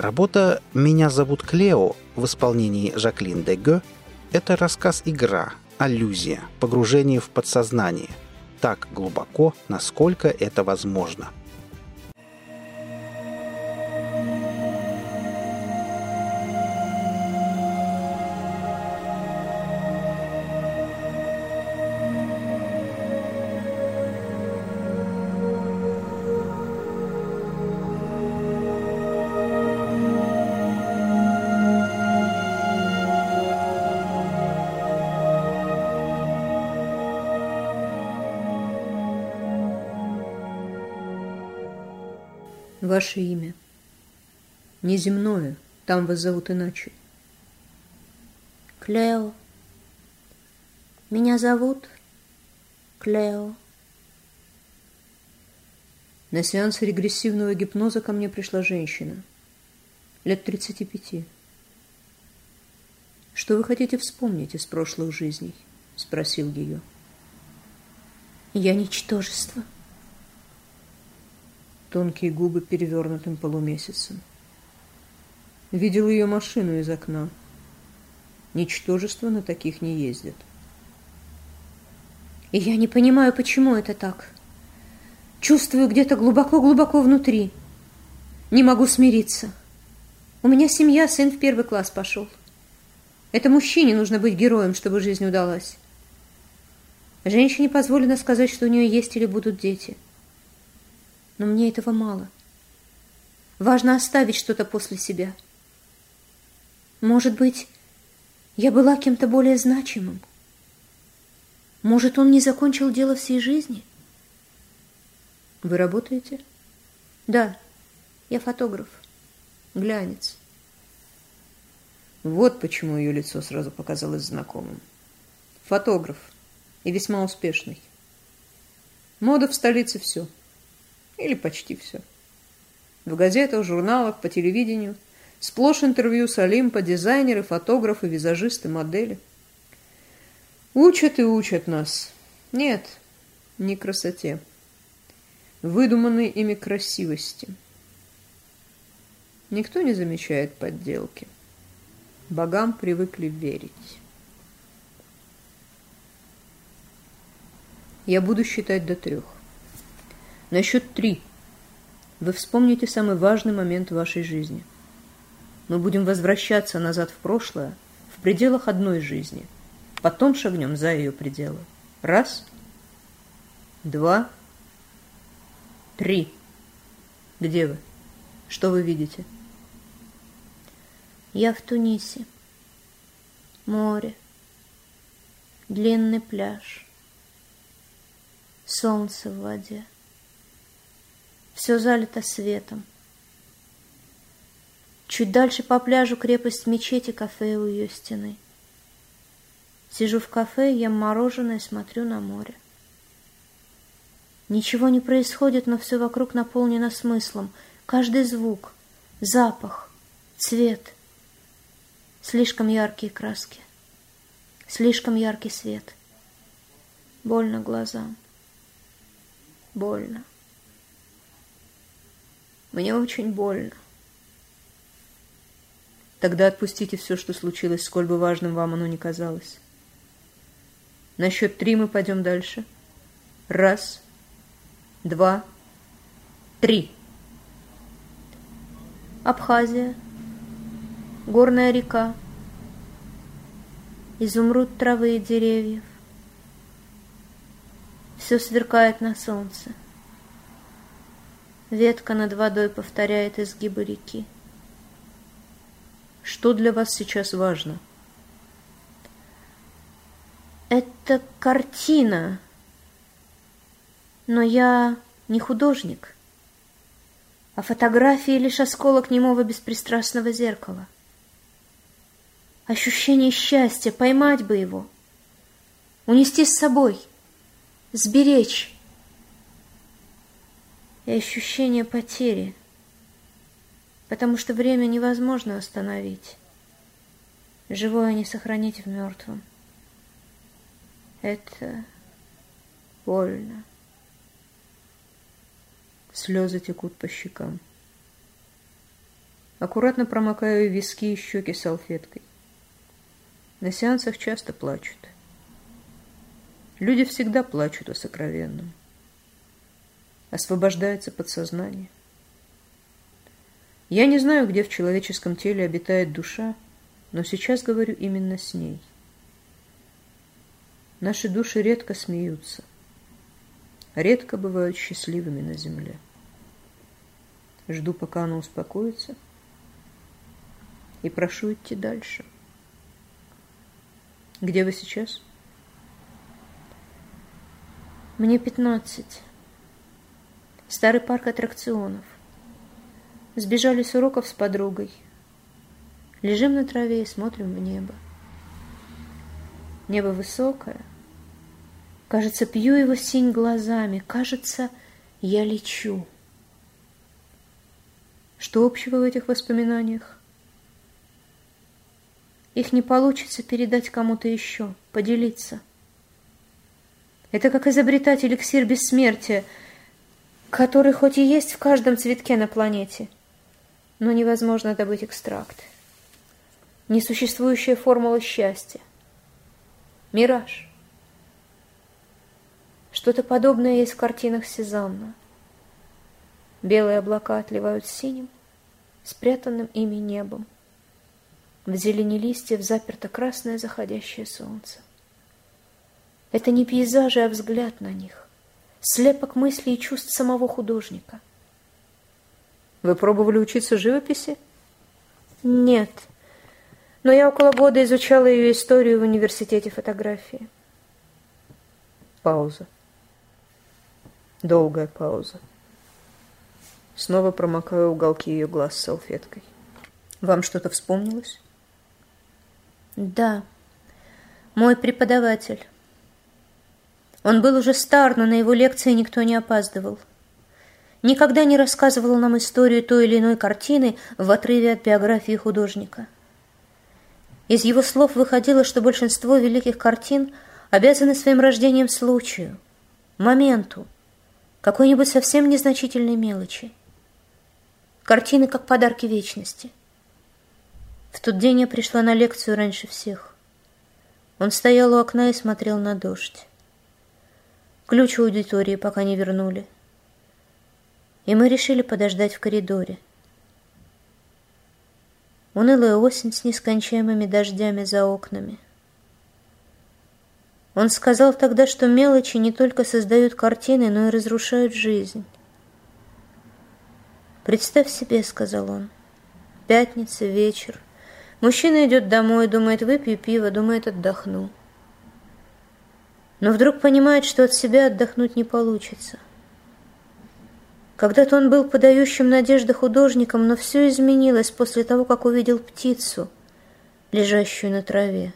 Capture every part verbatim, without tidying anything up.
Работа «Меня зовут Клео» в исполнении Жаклин Деге – это рассказ-игра, аллюзия, погружение в подсознание. Так глубоко, насколько это возможно. Ваше имя. Неземное. Там вас зовут иначе. Клео. Меня зовут Клео. На сеанс регрессивного гипноза ко мне пришла женщина. Лет тридцати пяти. «Что вы хотите вспомнить из прошлых жизней?» — спросил ее. Я ничтожество. Тонкие губы перевернутым полумесяцем. Видел ее машину из окна. Ничтожество на таких не ездят. И я не понимаю, почему это так. Чувствую где-то глубоко-глубоко внутри. Не могу смириться. У меня семья, сын в первый класс пошел. Это мужчине нужно быть героем, чтобы жизнь удалась. Женщине позволено сказать, что у нее есть или будут дети. Но мне этого мало. Важно оставить что-то после себя. Может быть, я была кем-то более значимым. Может, он не закончил дело всей жизни? Вы работаете? Да, я фотограф, глянец. Вот почему ее лицо сразу показалось знакомым. Фотограф и весьма успешный. Мода в столице все. Или почти все. В газетах, журналах, по телевидению сплошь интервью с Олимпа, дизайнеры, фотографы, визажисты, модели. Учат и учат нас. Нет, не красоте. Выдуманной ими красивости. Никто не замечает подделки. Богам привыкли верить. Я буду считать до трех. На счет три вы вспомните самый важный момент в вашей жизни. Мы будем возвращаться назад в прошлое в пределах одной жизни. Потом шагнем за ее пределы. Раз, два, три. Где вы? Что вы видите? Я в Тунисе. Море. Длинный пляж. Солнце в воде. Все залито светом. Чуть дальше по пляжу крепость мечети, кафе у ее стены. Сижу в кафе, ем мороженое, смотрю на море. Ничего не происходит, но все вокруг наполнено смыслом. Каждый звук, запах, цвет. Слишком яркие краски. Слишком яркий свет. Больно глазам. Больно. Мне очень больно. Тогда отпустите все, что случилось, сколь бы важным вам оно ни казалось. На счет три мы пойдем дальше. Раз, два, три. Абхазия. Горная река. Изумруд травы и деревьев. Все сверкает на солнце. Ветка над водой повторяет изгибы реки. Что для вас сейчас важно? Это картина. Но я не художник. А фотографии лишь осколок немого беспристрастного зеркала. Ощущение счастья, поймать бы его. Унести с собой. Сберечь. И ощущение потери, потому что время невозможно остановить, живое не сохранить в мертвом. Это больно. Слезы текут по щекам. Аккуратно промокаю виски и щеки салфеткой. На сеансах часто плачут. Люди всегда плачут о сокровенном. Освобождается подсознание. Я не знаю, где в человеческом теле обитает душа, но сейчас говорю именно с ней. Наши души редко смеются, редко бывают счастливыми на земле. Жду, пока она успокоится, и прошу идти дальше. Где вы сейчас? Мне пятнадцать. Старый парк аттракционов. Сбежали с уроков с подругой. Лежим на траве и смотрим в небо. Небо высокое. Кажется, пью его синь глазами. Кажется, я лечу. Что общего в этих воспоминаниях? Их не получится передать кому-то еще, поделиться. Это как изобретать эликсир бессмертия, который хоть и есть в каждом цветке на планете, но невозможно добыть экстракт. Несуществующая формула счастья. Мираж. Что-то подобное есть в картинах Сезанна. Белые облака отливают синим, спрятанным ими небом. В зелени листьев заперто красное заходящее солнце. Это не пейзажи, а взгляд на них. Слепок мыслей и чувств самого художника. Вы пробовали учиться живописи? Нет. Но я около года изучала ее историю в университете фотографии. Пауза. Долгая пауза. Снова промокаю уголки ее глаз салфеткой. Вам что-то вспомнилось? Да. Мой преподаватель. Он был уже стар, но на его лекции никто не опаздывал. Никогда не рассказывал нам историю той или иной картины в отрыве от биографии художника. Из его слов выходило, что большинство великих картин обязаны своим рождением случаю, моменту, какой-нибудь совсем незначительной мелочи. Картины как подарки вечности. В тот день я пришла на лекцию раньше всех. Он стоял у окна и смотрел на дождь. Ключ у аудитории пока не вернули. И мы решили подождать в коридоре. Унылая осень с нескончаемыми дождями за окнами. Он сказал тогда, что мелочи не только создают картины, но и разрушают жизнь. «Представь себе», — сказал он, — «пятница, вечер. Мужчина идет домой, думает, выпью пиво, думает, отдохну. Но вдруг понимает, что от себя отдохнуть не получится. Когда-то он был подающим надежды художником, но все изменилось после того, как увидел птицу, лежащую на траве.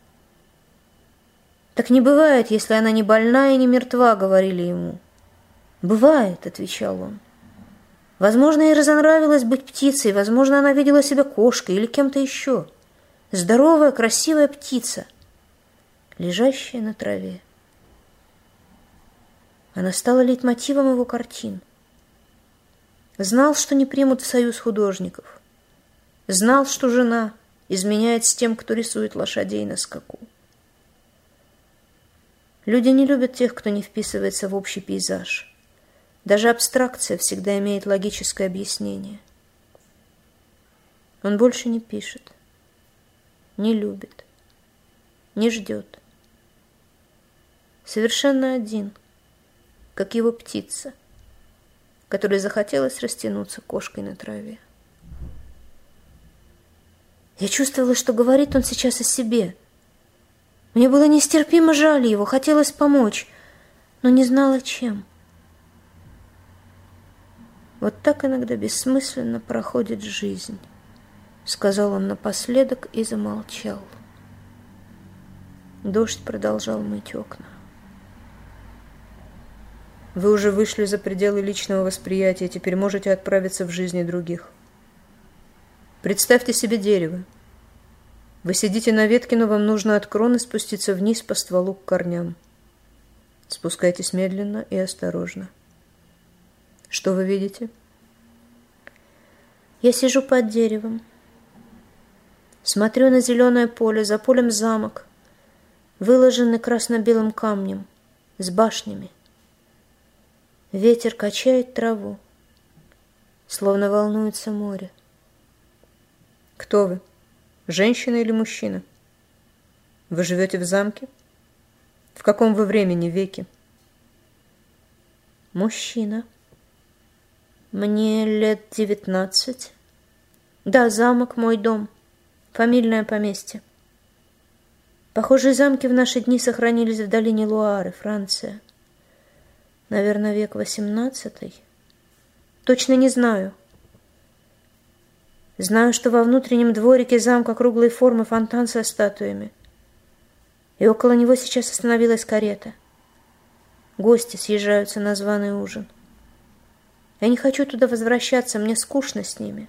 «Так не бывает, если она не больна и не мертва», — говорили ему. «Бывает», — отвечал он. «Возможно, ей разонравилось быть птицей, возможно, она видела себя кошкой или кем-то еще. Здоровая, красивая птица, лежащая на траве». Она стала лейтмотивом его картин. Знал, что не примут в союз художников. Знал, что жена изменяет с тем, кто рисует лошадей на скаку. Люди не любят тех, кто не вписывается в общий пейзаж. Даже абстракция всегда имеет логическое объяснение. Он больше не пишет, не любит, не ждет. Совершенно один, как его птица, которой захотелось растянуться кошкой на траве. Я чувствовала, что говорит он сейчас о себе. Мне было нестерпимо жаль его, хотелось помочь, но не знала, чем. «Вот так иногда бессмысленно проходит жизнь», — сказал он напоследок и замолчал. Дождь продолжал мыть окна. Вы уже вышли за пределы личного восприятия, теперь можете отправиться в жизни других. Представьте себе дерево. Вы сидите на ветке, но вам нужно от кроны спуститься вниз по стволу к корням. Спускайтесь медленно и осторожно. Что вы видите? Я сижу под деревом. Смотрю на зеленое поле, за полем замок, выложенный красно-белым камнем, с башнями. Ветер качает траву, словно волнуется море. Кто вы? Женщина или мужчина? Вы живете в замке? В каком вы времени веке? Мужчина. Мне лет девятнадцать. Да, замок мой дом. Фамильное поместье. Похожие замки в наши дни сохранились в долине Луары, Франция. Наверное, век восемнадцатый. Точно не знаю. Знаю, что во внутреннем дворике замка круглой формы фонтан со статуями. И около него сейчас остановилась карета. Гости съезжаются на званый ужин. Я не хочу туда возвращаться, мне скучно с ними.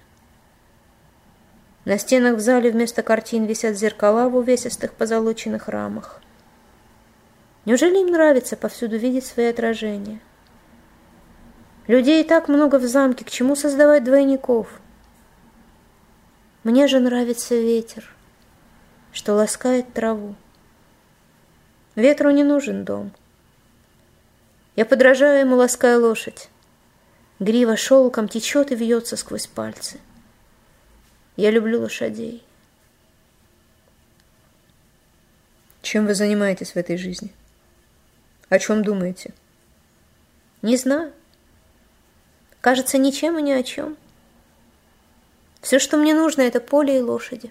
На стенах в зале вместо картин висят зеркала в увесистых позолоченных рамах. Неужели им нравится повсюду видеть свои отражения? Людей и так много в замке, к чему создавать двойников? Мне же нравится ветер, что ласкает траву. Ветру не нужен дом. Я подражаю ему, лаская лошадь. Грива шелком течет и вьется сквозь пальцы. Я люблю лошадей. Чем вы занимаетесь в этой жизни? О чем думаете? Не знаю. Кажется, ничем и ни о чем. Все, что мне нужно, это поле и лошади.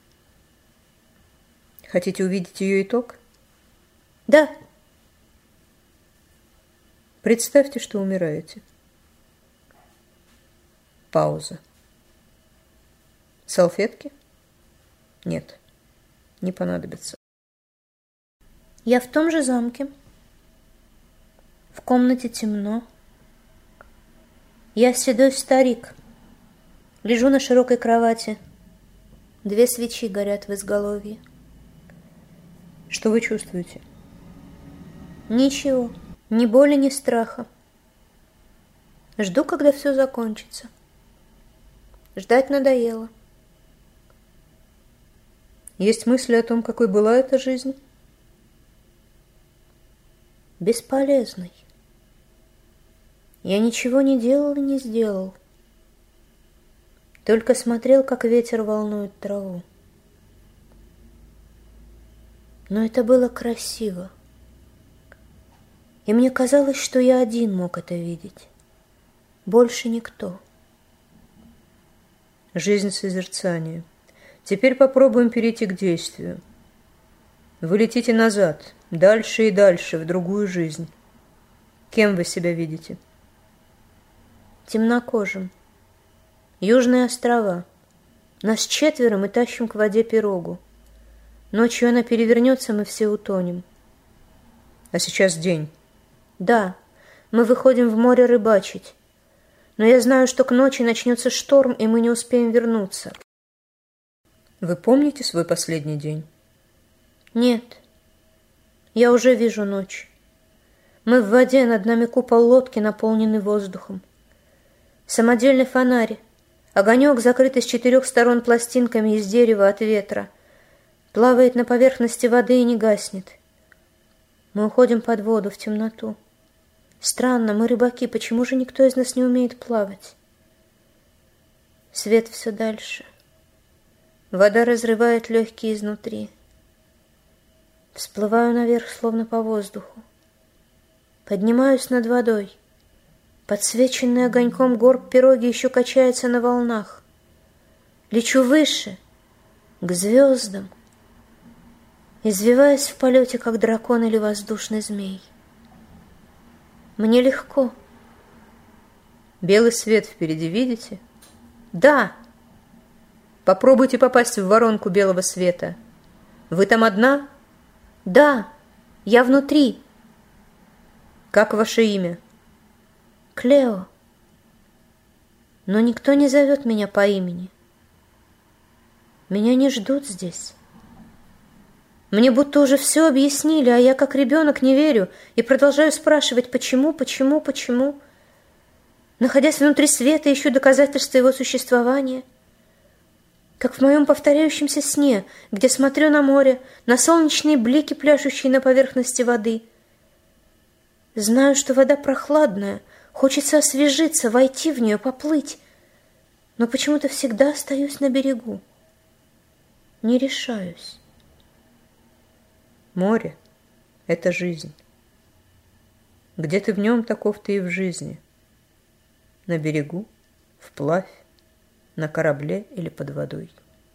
Хотите увидеть ее итог? Да. Представьте, что умираете. Пауза. Салфетки? Нет, не понадобится. Я в том же замке. В комнате темно. Я седой старик. Лежу на широкой кровати. Две свечи горят в изголовье. Что вы чувствуете? Ничего. Ни боли, ни страха. Жду, когда все закончится. Ждать надоело. Есть мысли о том, какой была эта жизнь? Бесполезной. Я ничего не делал и не сделал. Только смотрел, как ветер волнует траву. Но это было красиво. И мне казалось, что я один мог это видеть. Больше никто. Жизнь созерцания. Теперь попробуем перейти к действию. Вы летите назад, дальше и дальше, в другую жизнь. Кем вы себя видите? Темнокожим. Южные острова. Нас четверо, мы тащим к воде пирогу. Ночью она перевернется, мы все утонем. А сейчас день. Да, мы выходим в море рыбачить. Но я знаю, что к ночи начнется шторм, и мы не успеем вернуться. Вы помните свой последний день? Нет. Я уже вижу ночь. Мы в воде, над нами купол лодки, наполненный воздухом. Самодельный фонарь. Огонек, закрытый с четырех сторон пластинками из дерева от ветра, плавает на поверхности воды и не гаснет. Мы уходим под воду, в темноту. Странно, мы рыбаки, почему же никто из нас не умеет плавать? Свет все дальше. Вода разрывает легкие изнутри. Всплываю наверх, словно по воздуху. Поднимаюсь над водой. Подсвеченный огоньком горб пироги еще качается на волнах. Лечу выше, к звездам, извиваясь в полете, как дракон или воздушный змей. Мне легко. Белый свет впереди видите? Да. Попробуйте попасть в воронку белого света. Вы там одна? Да, я внутри. Как ваше имя? Клео. Но никто не зовет меня по имени. Меня не ждут здесь. Мне будто уже все объяснили, а я как ребенок не верю и продолжаю спрашивать, почему, почему, почему. находясь внутри света, ищу доказательства его существования, как в моем повторяющемся сне, где смотрю на море, на солнечные блики, пляшущие на поверхности воды. Знаю, что вода прохладная, хочется освежиться, войти в нее, поплыть, но почему-то всегда остаюсь на берегу. Не решаюсь. Море — это жизнь. Где ты в нем, таков ты и в жизни. На берегу, вплавь, на корабле или под водой.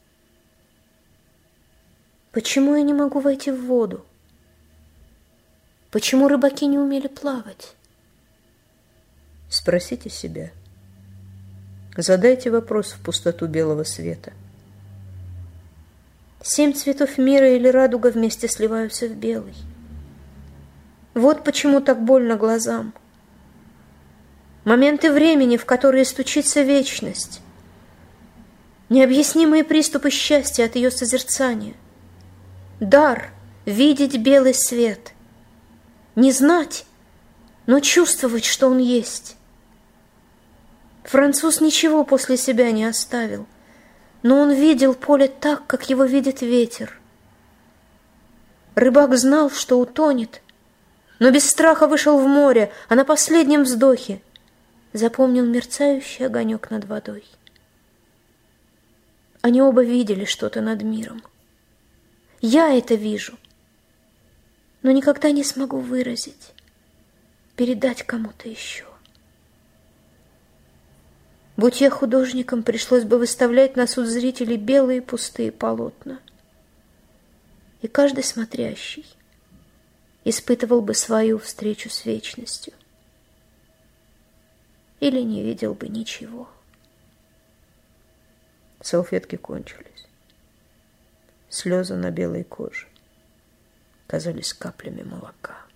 Почему я не могу войти в воду? Почему рыбаки не умели плавать? Спросите себя. Задайте вопрос в пустоту белого света. Семь цветов мира или радуга вместе сливаются в белый. Вот почему так больно глазам. Моменты времени, в которые стучится вечность. Необъяснимые приступы счастья от ее созерцания. Дар — видеть белый свет. Не знать, но чувствовать, что он есть. Француз ничего после себя не оставил, но он видел поле так, как его видит ветер. Рыбак знал, что утонет, но без страха вышел в море, а на последнем вздохе запомнил мерцающий огонек над водой. Они оба видели что-то над миром. Я это вижу, но никогда не смогу выразить, передать кому-то еще. Будь я художником, пришлось бы выставлять на суд зрителей белые пустые полотна. И каждый смотрящий испытывал бы свою встречу с вечностью. Или не видел бы ничего. Салфетки кончились. Слезы на белой коже казались каплями молока.